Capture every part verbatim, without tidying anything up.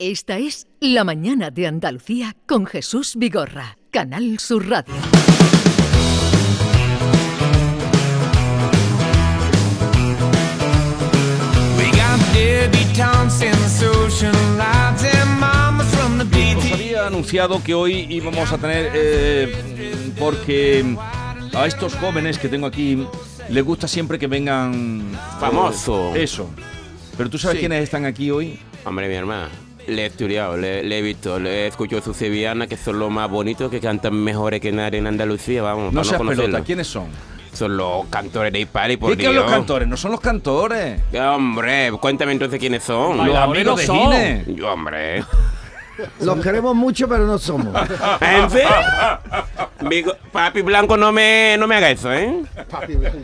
Esta es La Mañana de Andalucía con Jesús Vigorra, Canal Sur Radio. Os había anunciado que hoy íbamos a tener, eh, porque a estos jóvenes que tengo aquí les gusta siempre que vengan famosos. Eh, eso. Pero ¿tú sabes sí. quiénes están aquí hoy? Hombre, mi hermana, le he estudiado, le, le he visto, le he escuchado sus sevillanas, que son los más bonitos, que cantan mejores que nadie en Andalucía, vamos. No para seas no pelota, ¿quiénes son? Son los cantores de Hispali, por ¿Qué Dios. ¿Qué son los cantores? No son los cantores. Hombre, cuéntame entonces quiénes son. Los amigos de Gine. Yo, hombre. Los queremos mucho, pero no somos. ¿En serio? Mi papi Blanco, no me, no me haga eso, ¿eh? Papi Blanco.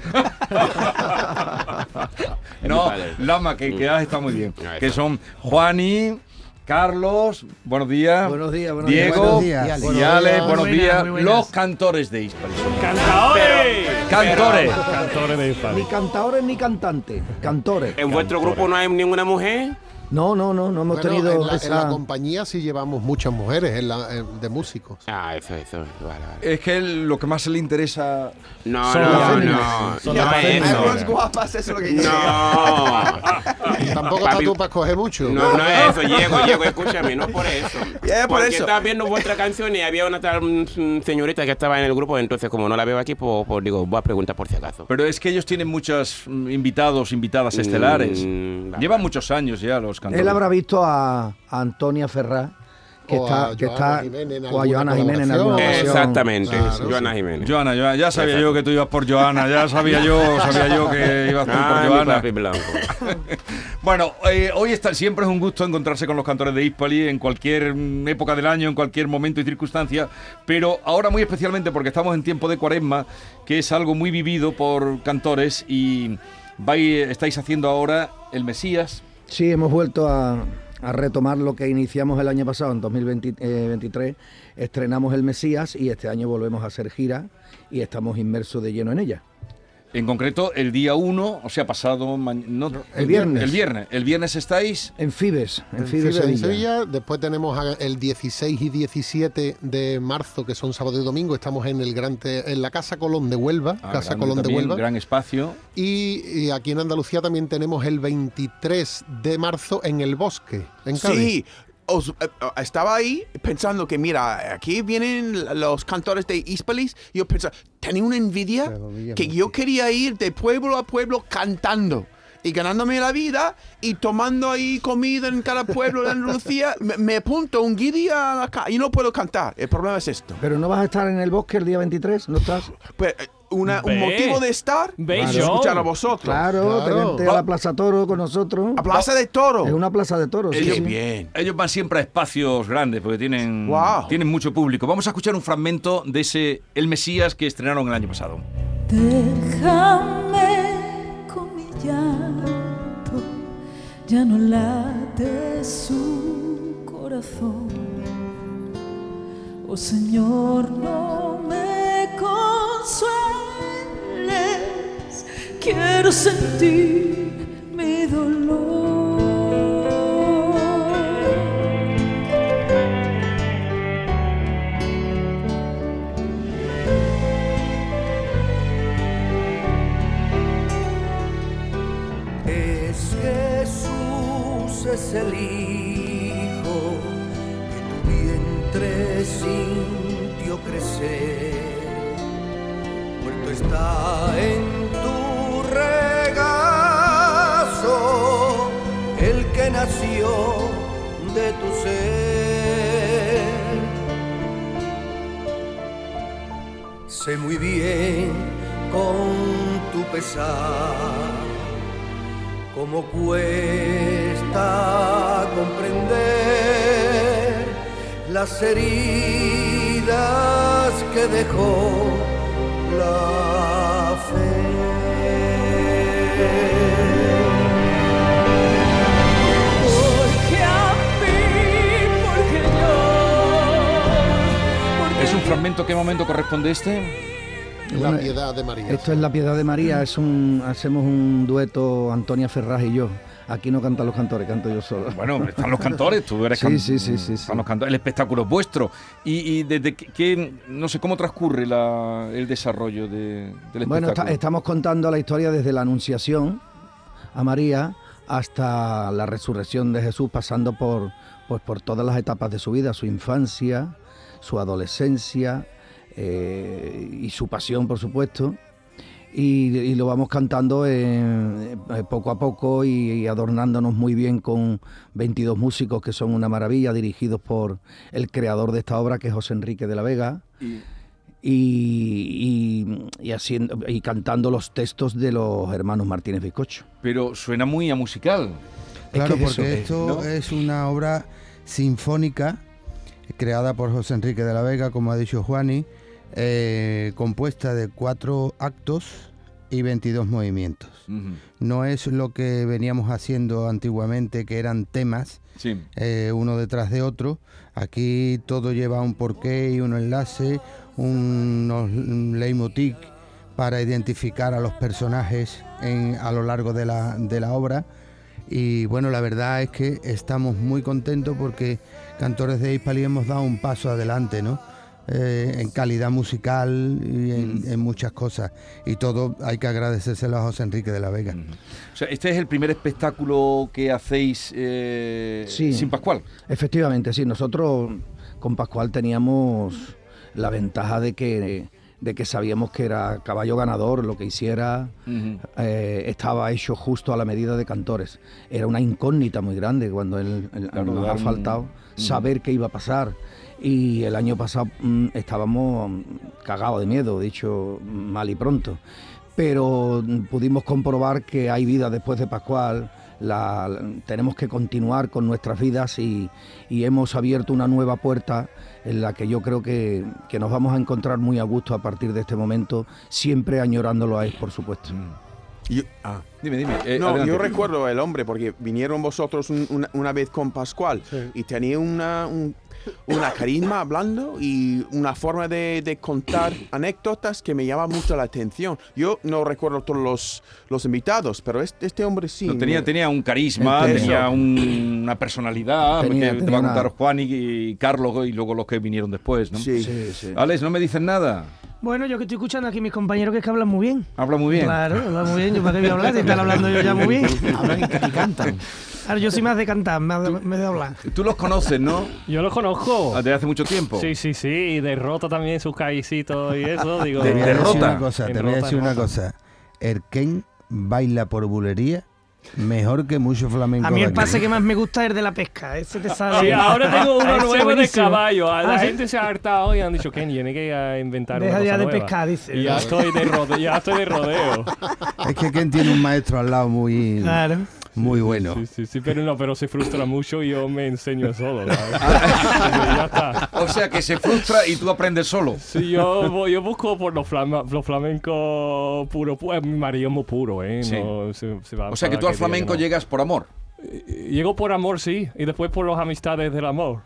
No, Lama, que, que está muy bien. Que son Juani, Carlos, buenos días. Buenos días, buenos Diego, días. y Ale, Buenos días, buenos buenas, días. muy buenas. Los cantores de Hispali. ¡Cantadores! Cantores. Cantores de Hispali. Ni cantadores ni cantantes, cantores. ¿En vuestro grupo no hay ninguna mujer? No, no, no, no hemos bueno, tenido en la, esa... en la compañía sí llevamos muchas mujeres en la, en, de músicos. Ah, eso, eso, vale, vale. Es que él, lo que más le interesa... No, son no, las no, féminas. no, Son no las es féminas. eso. Más guapas, eso es lo que dice. No. Tampoco Papi, estás tú para escoger mucho. No, no es eso, Diego, Diego, escúchame, no es por eso. Ya, por Porque eso. estaba viendo vuestra canción y había una tal mm, señorita que estaba en el grupo, entonces como no la veo aquí, pues, pues digo, voy a preguntar por si acaso. Pero es que ellos tienen muchos mm, invitados, invitadas estelares. Mm, vale. Llevan muchos años ya los cantores. Él habrá visto a, a Antonia Ferraz, que O está, a que Joana está Jiménez en o a alguna Joana Jiménez en alguna colaboración. ocasión. Exactamente, Claro, Joana sí. Jiménez. Joana, Joana, ya sabía Exacto. yo que tú ibas por Joana, ya sabía yo, sabía yo que ibas tú Ah, por mi Joana. papi Blanco. Bueno, eh, hoy está, siempre es un gusto encontrarse con los cantores de Hispali en cualquier mm, época del año, en cualquier momento y circunstancia, pero ahora muy especialmente porque estamos en tiempo de Cuaresma, que es algo muy vivido por cantores y vais, estáis haciendo ahora el Mesías. Sí, hemos vuelto a, a retomar lo que iniciamos el año pasado, en dos mil veintitrés, estrenamos el Mesías y este año volvemos a hacer gira y estamos inmersos de lleno en ella. En concreto, el día uno, o sea, pasado... ma- No, El viernes. El viernes. El viernes estáis... En Fibes, en, En Fibes, Fibes, en Sevilla. Sevilla. Después tenemos a- el dieciséis y diecisiete de marzo, que son sábado y domingo. Estamos en el gran te- en la Casa Colón de Huelva. Ah, Casa grande Colón de también, Huelva. gran espacio. Y, y aquí en Andalucía también tenemos el veintitrés de marzo en el Bosque, en Cádiz. Sí, os, eh, estaba ahí pensando que, mira, aquí vienen los cantores de Hispalis. Y yo pensaba, tenía una envidia que yo quería ir de pueblo a pueblo cantando y ganándome la vida y tomando ahí comida en cada pueblo de Andalucía. me, me apunto un guiri a la ca- y no puedo cantar. El problema es esto. Pero no vas a estar en el Bosque el día veintitrés, ¿no estás? Pues, eh, una, un Ve. motivo de estar Ve, es yo. escuchar a vosotros. Claro, Claro. tenerte a la Plaza Toro con nosotros. A Plaza de Toro. Es una plaza de toros. sí, Ellos- sí. Bien. Ellos van siempre a espacios grandes porque tienen, Wow. tienen mucho público. Vamos a escuchar un fragmento de ese El Mesías que estrenaron el año pasado. Déjame con mi llanto, ya no late su corazón. Oh Señor, no me consueles, quiero sentir mi dolor. Es Jesús, es el Hijo que tu vientre sintió crecer. Muerto está en tu regazo el que nació de tu ser. Sé muy bien con tu pesar cómo cuesta comprender las heridas que dejó la fe. Porque a mí, porque yo, porque ¿Es un fragmento? ¿Qué momento corresponde este? La Bueno, Piedad de María. Esto es La Piedad de María, es un, hacemos un dueto Antonia Ferraz y yo. Aquí no cantan los cantores, canto yo solo. Bueno, están los cantores, tú eres sí, can... sí, sí, sí, están sí. los cantores, el espectáculo es vuestro. Y, y desde que, que- no sé, ¿cómo transcurre la, el desarrollo de, del espectáculo? Bueno, está- estamos contando la historia desde la Anunciación a María hasta la resurrección de Jesús, pasando por, pues, por todas las etapas de su vida, su infancia, su adolescencia eh, y su pasión, por supuesto. Y, y lo vamos cantando eh, eh, poco a poco y, y adornándonos muy bien con veintidós músicos que son una maravilla, dirigidos por el creador de esta obra, que es José Enrique de la Vega. Y- Y, y, y haciendo y cantando los textos de los hermanos Martínez Bizcocho. Pero suena muy a musical. Claro, Es que es porque eso, esto ¿no? es una obra sinfónica creada por José Enrique de la Vega, como ha dicho Juani, eh, compuesta de cuatro actos y veintidós movimientos. Ujú. No es lo que veníamos haciendo antiguamente, que eran temas, Sí. eh, uno detrás de otro. Aquí todo lleva un porqué y un enlace, unos leitmotiv para identificar a los personajes en, a lo largo de la, de la obra. Y bueno, la verdad es que estamos muy contentos porque Cantores de Hispali hemos dado un paso adelante, ¿no? Eh, en calidad musical y en, en muchas cosas. Y todo hay que agradecérselo a José Enrique de la Vega. O sea, este es el primer espectáculo que hacéis eh, Sí. sin Pascual. Efectivamente, sí. Nosotros con Pascual teníamos la ventaja de que, de que sabíamos que era caballo ganador, lo que hiciera Ujú. eh, estaba hecho justo a la medida de Cantores. Era una incógnita muy grande cuando él, él- Claro, nos dar ha un- faltado Ujú. saber qué iba a pasar. Y el año pasado mm, estábamos mm, cagados de miedo, dicho mal y pronto. Pero mm, pudimos comprobar que hay vida después de Pascual. La, la- tenemos que continuar con nuestras vidas y, y hemos abierto una nueva puerta en la que yo creo que, que nos vamos a encontrar muy a gusto a partir de este momento, siempre añorándolo a él, por supuesto. Yo- ah. Dime, dime. eh, No, adelante. yo recuerdo el hombre porque vinieron vosotros un- una, una vez con Pascual y tenía una, un- una carisma hablando y una forma de, de contar anécdotas que me llama mucho la atención. Yo no recuerdo todos los, los invitados, pero este, este hombre sí. No, tenía, me- tenía un carisma, Eso. tenía un- una personalidad Tenía- que te tenía va a una- contar Juan y, y Carlos y luego los que vinieron después, ¿no? Sí. Sí, sí. Alex, ¿no me dicen nada? Bueno, yo que estoy escuchando aquí a mis compañeros que es que hablan muy bien. Habla muy bien. Claro, hablan muy bien. Yo para qué voy a hablar, si están hablando yo ya muy bien. Hablan y, y cantan. Claro, yo soy más de cantar, más de, más de hablar. Tú los conoces, ¿no? Yo lo conozco. Desde hace mucho tiempo. Sí, sí, sí. Y derrota también sus callecitos y eso. Digo, Te voy a decir derrota. una cosa, te En voy a rota, decir en una rota. cosa. El Ken baila por bulería mejor que mucho flamenco. A mí de el aquí. pase que más me gusta es el de la pesca. Ese te sale. Sí, ahora tengo uno Ese nuevo de buenísimo. caballo. A La Ah, ¿sí? gente se ha hartado y han dicho, Ken, tiene que eh, inventar Deja una ya cosa de nueva". pescar, dice. Y ya estoy de rodeo. Ya estoy de rodeo. Es que Ken tiene un maestro al lado muy, Claro. muy bueno. Sí, sí, sí, pero no, pero se frustra mucho y yo me enseño solo. ¿sabes? Ya está. O sea, que se frustra y tú aprendes solo. Sí, yo, voy- yo busco por los, flama, los flamencos puros. Pues, mi marido es muy puro, ¿eh? Sí. No, se- se va O sea, que para tú al diga flamenco no. llegas por amor. Llego por amor, sí, y después por las amistades del amor.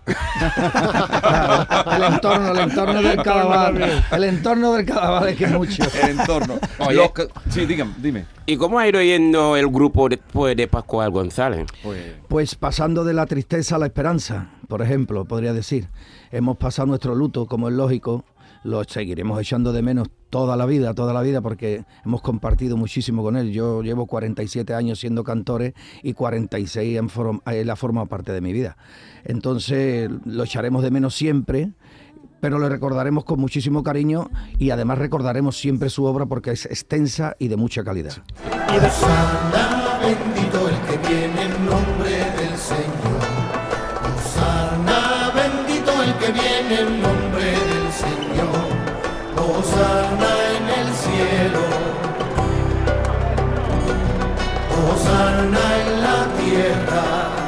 El entorno, el entorno del entorno carnaval. también. El entorno del carnaval es que es mucho. El entorno. Oye. Los que- sí, dígame, dime. ¿Y cómo ha ido yendo el grupo después de Pascual González? Pues pasando de la tristeza a la esperanza, por ejemplo, podría decir. Hemos pasado nuestro luto, como es lógico, lo seguiremos echando de menos toda la vida, toda la vida, porque hemos compartido muchísimo con él. Yo llevo cuarenta y siete años siendo cantores y cuarenta y seis en form- él ha formado parte de mi vida. Entonces lo echaremos de menos siempre, pero le recordaremos con muchísimo cariño y además recordaremos siempre su obra porque es extensa y de mucha calidad. Hosana, bendito el que viene en nombre del Señor. Hosana, bendito el que viene en nombre del Señor. Hosana en el cielo. Hosana en la tierra.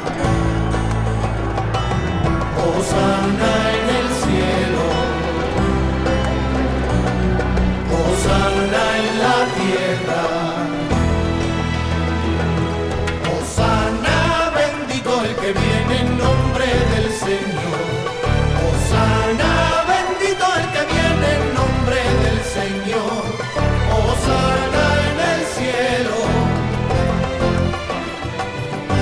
Hosana en el cielo. Hosana en la tierra. Hosana, bendito el que viene en nombre del Señor. Hosana, bendito el que viene en nombre del Señor. Hosana en el cielo.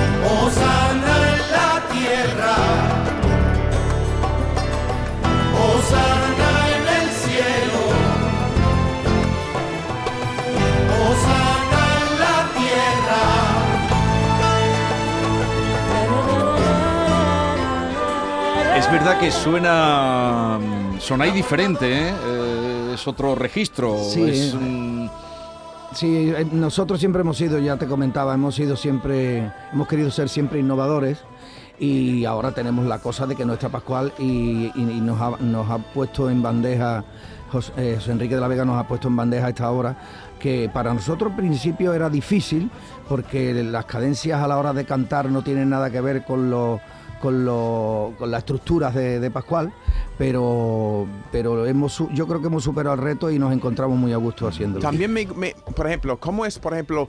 Es verdad que suena. Sonáis diferente, ¿eh? Eh, es otro registro. Sí, es, eh, mm, Sí, eh, nosotros siempre hemos sido, ya te comentaba, hemos sido siempre, hemos querido ser siempre innovadores y ahora tenemos la cosa de que nuestra Pascual y, y- y nos, ha, nos ha puesto en bandeja, José, eh, José Enrique de la Vega nos ha puesto en bandeja esta obra, que para nosotros al principio era difícil porque las cadencias a la hora de cantar no tienen nada que ver con los con, lo- con las estructuras de, de Pascual, pero pero hemos su- yo creo que hemos superado el reto y nos encontramos muy a gusto haciéndolo. También, me, me- por ejemplo, ¿cómo es, por ejemplo,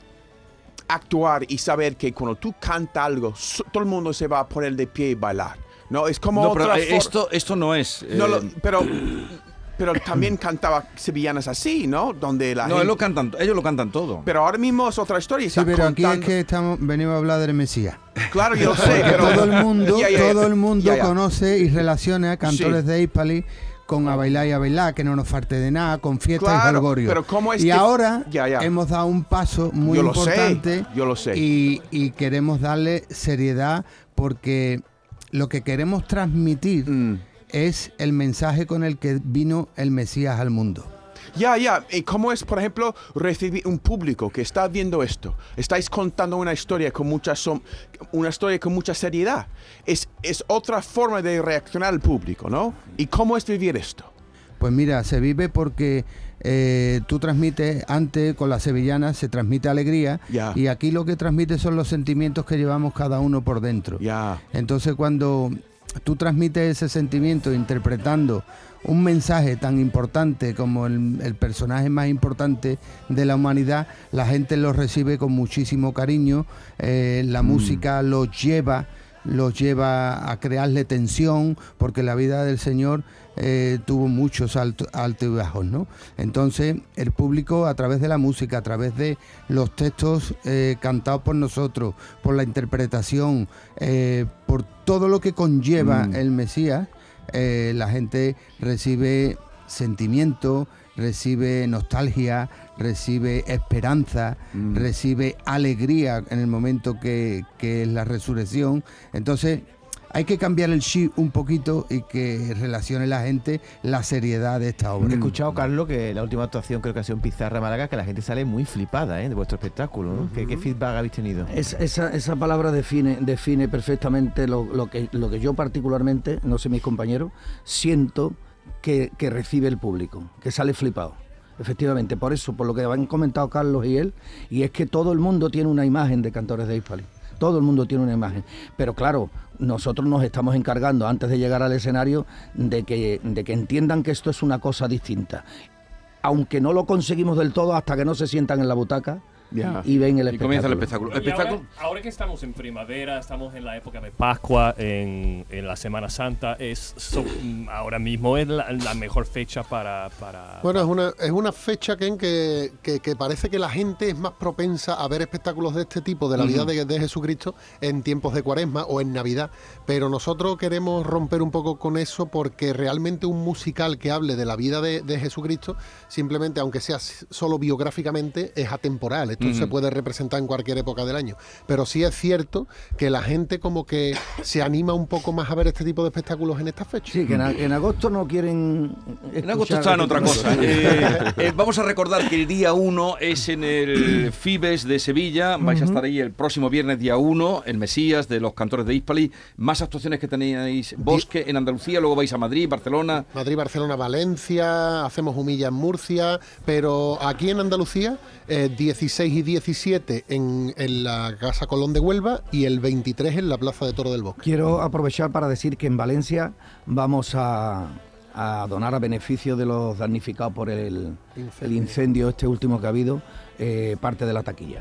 actuar y saber que cuando tú cantas algo, so- todo el mundo se va a poner de pie y bailar? No, es como no, pero otra eh, for- esto, esto no es. eh, No, lo- pero, pero también cantaba sevillanas así, ¿no? Donde la no, gente... él lo cantan, ellos lo cantan todo. Pero ahora mismo es otra historia. Sí, está pero aquí es contando- que estamos, venimos a hablar del Mesías. Claro, yo sé, Porque pero... todo el mundo, Ya, ya, ya. todo el mundo Ya, ya. conoce y relaciona cantores Sí. de Hispali con a bailar y a bailar, que no nos falte de nada, con fiestas y Claro, jolgorio. pero ¿cómo es y que- ahora Ya, ya. hemos dado un paso muy Yo lo sé, importante yo lo sé. Y, y queremos darle seriedad porque lo que queremos transmitir Mm. es el mensaje con el que vino el Mesías al mundo. Ya, ya. ¿Y cómo es, por ejemplo, recibir un público que está viendo esto? Estáis contando una historia con mucha, som- una historia con mucha seriedad. Es, es otra forma de reaccionar al público, ¿no? ¿Y cómo es vivir esto? Pues mira, se vive porque eh, tú transmites, antes con las sevillanas se transmite alegría Ya. y aquí lo que transmite son los sentimientos que llevamos cada uno por dentro. Ya. Entonces cuando tú transmites ese sentimiento interpretando un mensaje tan importante como el, el personaje más importante de la humanidad, la gente lo recibe con muchísimo cariño, eh, la música los lleva, los lleva a crearle tensión, porque la vida del Señor eh, tuvo muchos altos alto y bajos, ¿no? Entonces el público, a través de la música, a través de los textos eh, cantados por nosotros, por la interpretación, eh, por todo lo que conlleva Mm. el Mesías, eh, la gente recibe sentimiento, recibe nostalgia, recibe esperanza, Mm. recibe alegría en el momento que, que es la resurrección. Entonces hay que cambiar el chip un poquito y que relacione la gente la seriedad de esta obra. He escuchado, Carlos, que la última actuación creo que ha sido en Pizarra, Málaga, que la gente sale muy flipada, ¿eh?, de vuestro espectáculo, ¿no? ¿Qué, qué feedback habéis tenido? Es- esa, esa palabra define, define perfectamente lo, lo que, lo que yo particularmente, no sé mis compañeros, siento que, que recibe el público, que sale flipado. Efectivamente, por eso, por lo que han comentado Carlos y él, y es que todo el mundo tiene una imagen de Cantores de Hispali. Todo el mundo tiene una imagen. Pero claro, nosotros nos estamos encargando, antes de llegar al escenario, de que, de que entiendan que esto es una cosa distinta. Aunque no lo conseguimos del todo hasta que no se sientan en la butaca Ya. y ven el Y comienza el espectáculo. espectáculo. El Y ahora, espectáculo. ahora que estamos en primavera, estamos en la época de Pascua, en, en la Semana Santa, es so- mm, ahora mismo es la, la mejor fecha para... para Bueno, es una, es una fecha, Ken, que, que, que parece que la gente es más propensa a ver espectáculos de este tipo, de la vida de, de Jesucristo, en tiempos de Cuaresma o en Navidad. Pero nosotros queremos romper un poco con eso porque realmente un musical que hable de la vida de, de Jesucristo, simplemente, aunque sea solo biográficamente, es atemporal. Esto Ujú. se puede representar en cualquier época del año. Pero sí es cierto que la gente como que se anima un poco más a ver este tipo de espectáculos en estas fechas. Sí, que en, a- en agosto no quieren. En agosto escuchar está en este otra tipo de cosa. cosas. Eh, eh, vamos a recordar que el día uno es en el Fibes de Sevilla. Vais a estar ahí el próximo viernes, día uno, el Mesías de los Cantores de Hispali. Más actuaciones que tenéis Bosque en Andalucía, luego vais a Madrid, Barcelona. Madrid, Barcelona, Valencia, hacemos humilla en Murcia, pero aquí en Andalucía, eh, dieciséis y diecisiete en, en la Casa Colón de Huelva y el veintitrés en la Plaza de Toro del Bosque. Quiero aprovechar para decir que en Valencia vamos a, a donar a beneficio de los damnificados por el, el incendio este último que ha habido, eh, parte de la taquilla.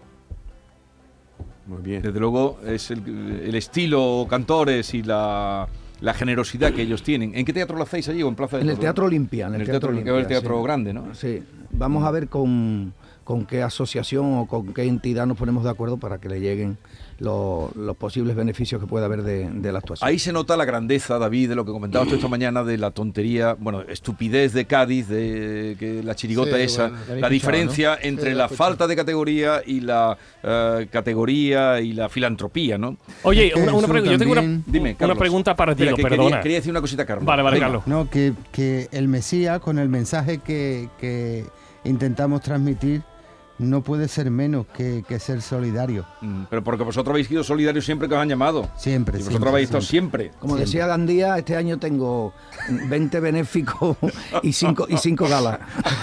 Muy bien. Desde luego es el, el estilo Cantores y la, la generosidad que ellos tienen. ¿En qué teatro lo hacéis allí o en Plaza de En el Toro? Teatro Olimpia. En el, En el Teatro teatro, que Olimpia, es el teatro sí. grande, ¿no? Sí, vamos a ver con, con qué asociación o con qué entidad nos ponemos de acuerdo para que le lleguen los, los posibles beneficios que pueda haber de, de la actuación. Ahí se nota la grandeza, David, de lo que comentabas tú esta mañana, de la tontería, bueno, estupidez de Cádiz, de que la chirigota Sí, esa, bueno, la diferencia ¿no? entre Sí, la lo he falta de categoría y la uh, categoría y la filantropía, ¿no? Oye, Es que una, una eso pregunta. Yo tengo una, también- Dime, una Carlos. pregunta para ti, Mira, que perdona. Quería, quería decir una cosita, Carlos. Vale, vale, Venga. Carlos. No, que, que el Mesías, con el mensaje que, que intentamos transmitir, no puede ser menos que, que ser solidario. Mm, Pero porque vosotros habéis sido solidarios siempre que os han llamado. Siempre, Y vosotros siempre, habéis estado siempre. siempre. Como Siempre. decía Gandía, este año tengo veinte benéficos y cinco y cinco galas.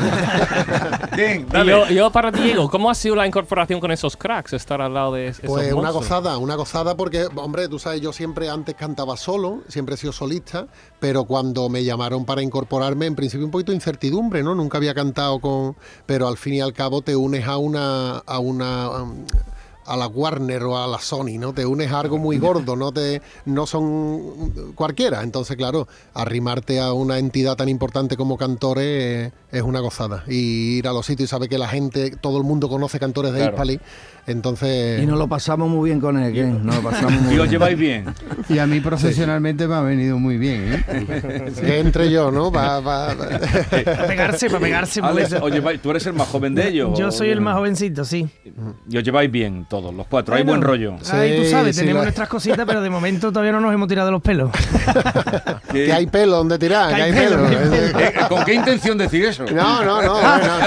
Bien, Y dale. yo, yo para Diego, ¿cómo ha sido la incorporación con esos cracks? Estar al lado de esos Pues una monstruos? gozada, una gozada porque, hombre, tú sabes, yo siempre antes cantaba solo, siempre he sido solista, pero cuando me llamaron para incorporarme, en principio un poquito de incertidumbre, ¿no? Nunca había cantado con... Pero al fin y al cabo te unes a una... A una um, a la Warner o a la Sony, ¿no? Te unes a algo muy gordo, no te no son cualquiera. Entonces, claro, arrimarte a una entidad tan importante como Cantores eh, es una gozada. Y ir a los sitios y saber que la gente, todo el mundo conoce Cantores de Claro. Hispali. Entonces... Y nos lo pasamos muy bien con él, ¿qué? Nos lo pasamos muy Y os bien. lleváis bien. Y a mí profesionalmente me ha venido muy bien, ¿eh? Que entre yo, ¿no? Pa- pa- pa- Para pegarse, para pegarse. Alex, pues. os lleváis- tú eres el más joven de ellos. Yo ¿o? soy el más jovencito, sí. Y os lleváis bien todos, los cuatro. Hay Bueno, buen rollo. Ahí tú Sí, sabes, sí, tenemos lo- nuestras cositas, pero de momento todavía no nos hemos tirado los pelos. que hay pelo donde tirar, que Que hay hay pelo, pelo. que hay pelo. Eh, ¿Con qué intención decir eso? No, no, no.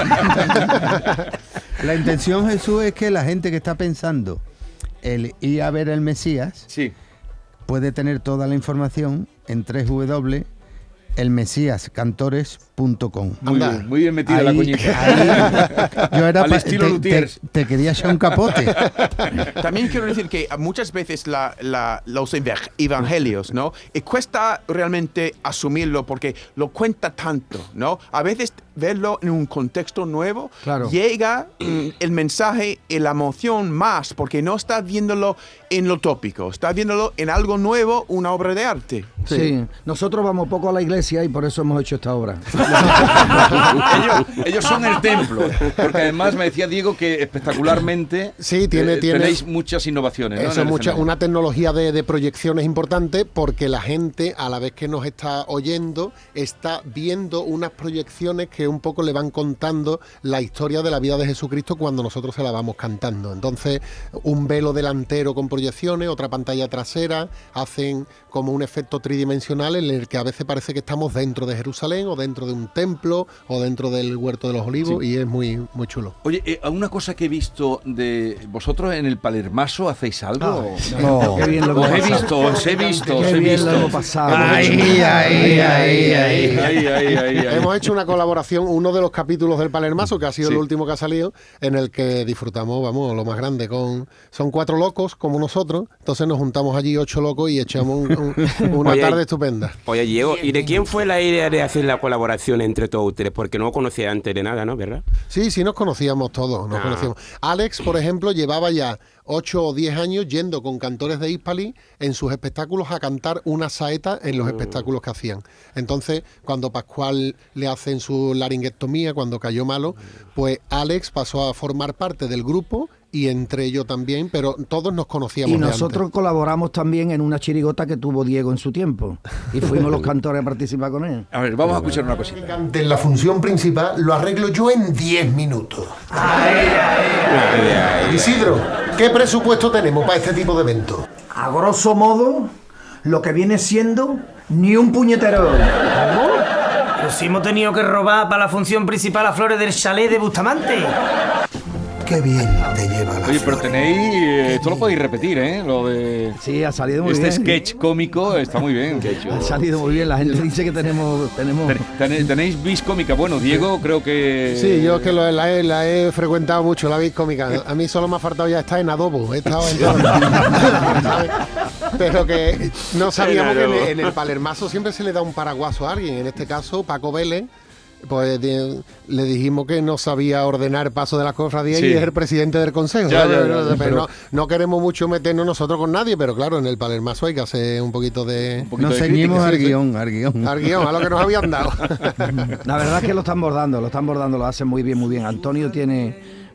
no. La intención, Jesús, es que la gente que está pensando el ir a ver el Mesías Sí. puede tener toda la información en doble u doble u doble u punto el mesías cantores punto com. Muy Anda. bien, muy bien metida la Ahí- coñita. ahí- yo era Al pa- estilo te, Luthiers. te- te quería echar un capote. También quiero decir que muchas veces la- la- los ev- evangelios, ¿no? Y cuesta realmente asumirlo porque lo cuenta tanto, ¿no? A veces verlo en un contexto nuevo Claro. llega mm, el mensaje y la emoción más porque no estás viéndolo en lo tópico, estás viéndolo en algo nuevo, una obra de arte. Sí, nosotros vamos poco a la iglesia y por eso hemos hecho esta obra. ellos, ellos son el templo. Porque además me decía Diego que espectacularmente Sí, tiene- eh, tiene- tenéis muchas innovaciones. ¿no? Eso en es el mucha, escenario. una tecnología de, de proyección es importante porque la gente, a la vez que nos está oyendo, está viendo unas proyecciones que un poco le van contando la historia de la vida de Jesucristo cuando nosotros se la vamos cantando. Entonces, un velo delantero con proyecciones, otra pantalla trasera, hacen como un efecto tridimensional en el que a veces parece que estamos dentro de Jerusalén o dentro de un templo o dentro del Huerto de los Olivos y es muy, muy chulo. Oye, eh, una cosa que he visto de vosotros en el Palermaso, ¿hacéis algo? No, qué bien lo hemos Os he pasado. visto, os he visto, os Qué he bien visto. lo hemos pasado. Ay, ay, ay, ay, ay. Ay, ay, ay, ay. Hemos hecho una colaboración, uno de los capítulos del Palermaso, que ha sido Sí. el último que ha salido, en el que disfrutamos, vamos, lo más grande. con Son cuatro locos como nosotros, entonces nos juntamos allí ocho locos y echamos un- un- una Oye, tarde estupenda. Oye, Diego, ¿y de quién fue la idea de hacer la colaboración entre todos ustedes? Porque no conocía antes de nada, ¿no? ¿Verdad? Sí, sí, nos conocíamos todos, nos Ah. conocíamos. Alex, por ejemplo, llevaba ya ocho o diez años yendo con Cantores de Hispali en sus espectáculos a cantar una saeta en los espectáculos que hacían. Entonces, cuando Pascual le hacen su laringectomía, cuando cayó malo, pues Alex pasó a formar parte del grupo y entre ellos también, pero todos nos conocíamos Y de nosotros antes. colaboramos también en una chirigota que tuvo Diego en su tiempo. Y fuimos los cantores a participar con él. A ver, vamos a escuchar una cosita. De la función principal lo arreglo yo en diez minutos. Isidro, ¿qué presupuesto tenemos para este tipo de eventos? A grosso modo, lo que viene siendo ni un puñetero. Pero si hemos tenido que robar para la función principal a flores del chalet de Bustamante. Qué bien te lleva la Oye, pero tenéis. eh, esto lo podéis repetir, ¿eh? Lo de. Sí, ha salido muy este bien. sketch cómico está muy bien. Ha salido muy bien. La gente dice que tenemos... tenemos... Ten- tenéis, tenéis vis cómica. Bueno, Diego, creo que. Sí, yo es que lo- la, he, la he frecuentado mucho, la vis cómica. A mí solo me ha faltado ya estar en adobo. He estado en todo. ¿Sabes? Pero que no sabíamos que en el, en el Palermaso siempre se le da un paraguaso a alguien. En este caso, Paco Vélez. Pues de- le dijimos que no sabía ordenar el paso de las cofradías Sí. y es el presidente del consejo. Ya, ¿sabes? ya, ya, ya, pero pero- no, no queremos mucho meternos nosotros con nadie, pero claro, en el Palermaso hay que hacer un poquito de. Un poquito Nos de ceñimos crítica, al sí, sí. guión, al guión. Al guión, a lo que nos habían dado. La verdad es que lo están bordando, lo están bordando, lo hacen muy bien, muy bien. Antonio tiene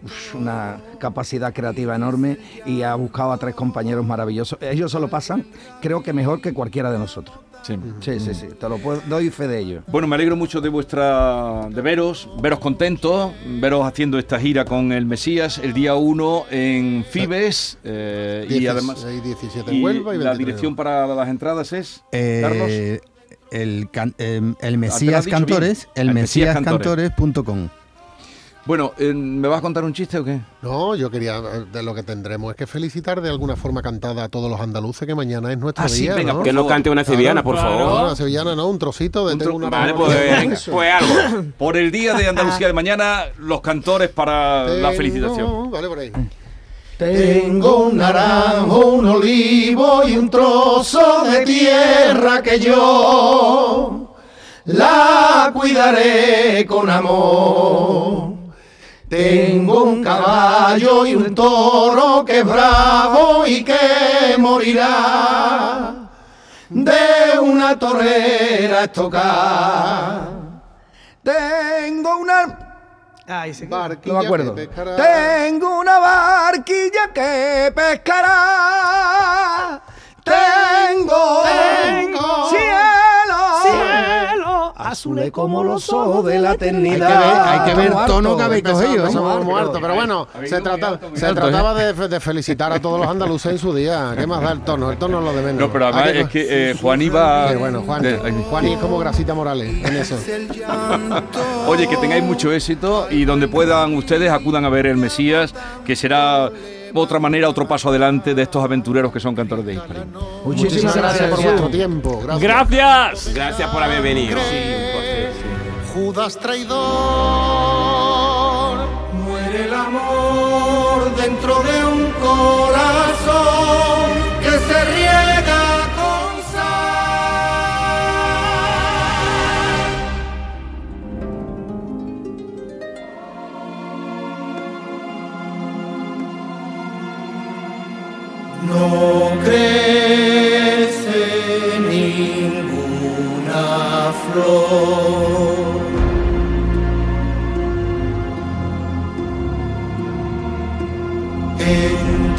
uf, una capacidad creativa enorme y ha buscado a tres compañeros maravillosos. Ellos se lo pasan, creo que mejor que cualquiera de nosotros. Sí, sí, sí, sí, te lo puedo, doy fe de ello. Bueno, me alegro mucho de vuestra, de veros, veros contentos, veros haciendo esta gira con el Mesías el día uno en Fibes eh, y además diecisiete en y Huelva y la veintitrés. dirección para las entradas es Eh, Carlos. el, can- eh, el ¿Te lo Mesías has dicho Cantores, bien? el El Mesías Mesías Cantores. Cantores punto com. Bueno, eh, ¿me vas a contar un chiste o qué? No, yo quería, de lo que tendremos es que felicitar de alguna forma cantada a todos los andaluces, que mañana es nuestro Ah, sí, día, venga, ¿no? por Que no cante una sevillana, por Claro, favor. una sevillana, no, un trocito de Un tengo tro- una Vale, mano- pues, venga, pues algo. Por el Día de Andalucía de mañana, los cantores para la Tengo- felicitación. Vale, por ahí. Tengo un naranjo, un olivo y un trozo de tierra que yo la cuidaré con amor. Tengo un caballo y un toro que es bravo y que morirá de una torera estocada. Tengo una... Ay, se Barquilla No me acuerdo. que pescará. Tengo una barquilla que pescará. Tengo, Tengo cielo, cielo, azul como los ojos de la Hay que ver, eternidad. hay que ver Estamos tono hartos, que habéis empezamos, cogido, ¿eh? empezamos muy hartos, pero bueno, Habéis se, ido muy trata- alto, muy se alto, trataba de, de felicitar a todos los andaluces en su día. ¿Qué más da el tono? El tono es lo de menos. No, pero además Hay que- es que eh, Juan iba... Sí, bueno, Juan, de- Juan es como Grasita Morales en eso. Oye, que tengáis mucho éxito y donde puedan ustedes acudan a ver el Mesías, que será otra manera, otro paso adelante de estos aventureros que son cantores de Hispali. Muchísimas gracias por vuestro tiempo. Gracias. Gracias. Gracias por haber venido. Judas traidor, muere el amor dentro de un corazón que se riega con sal. No crece ninguna flor. En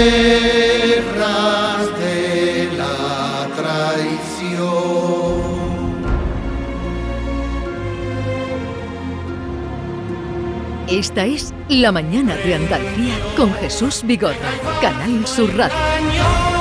tierras de la traición. Esta es La Mañana de Andalucía con Jesús Vigorra, Canal Sur Radio.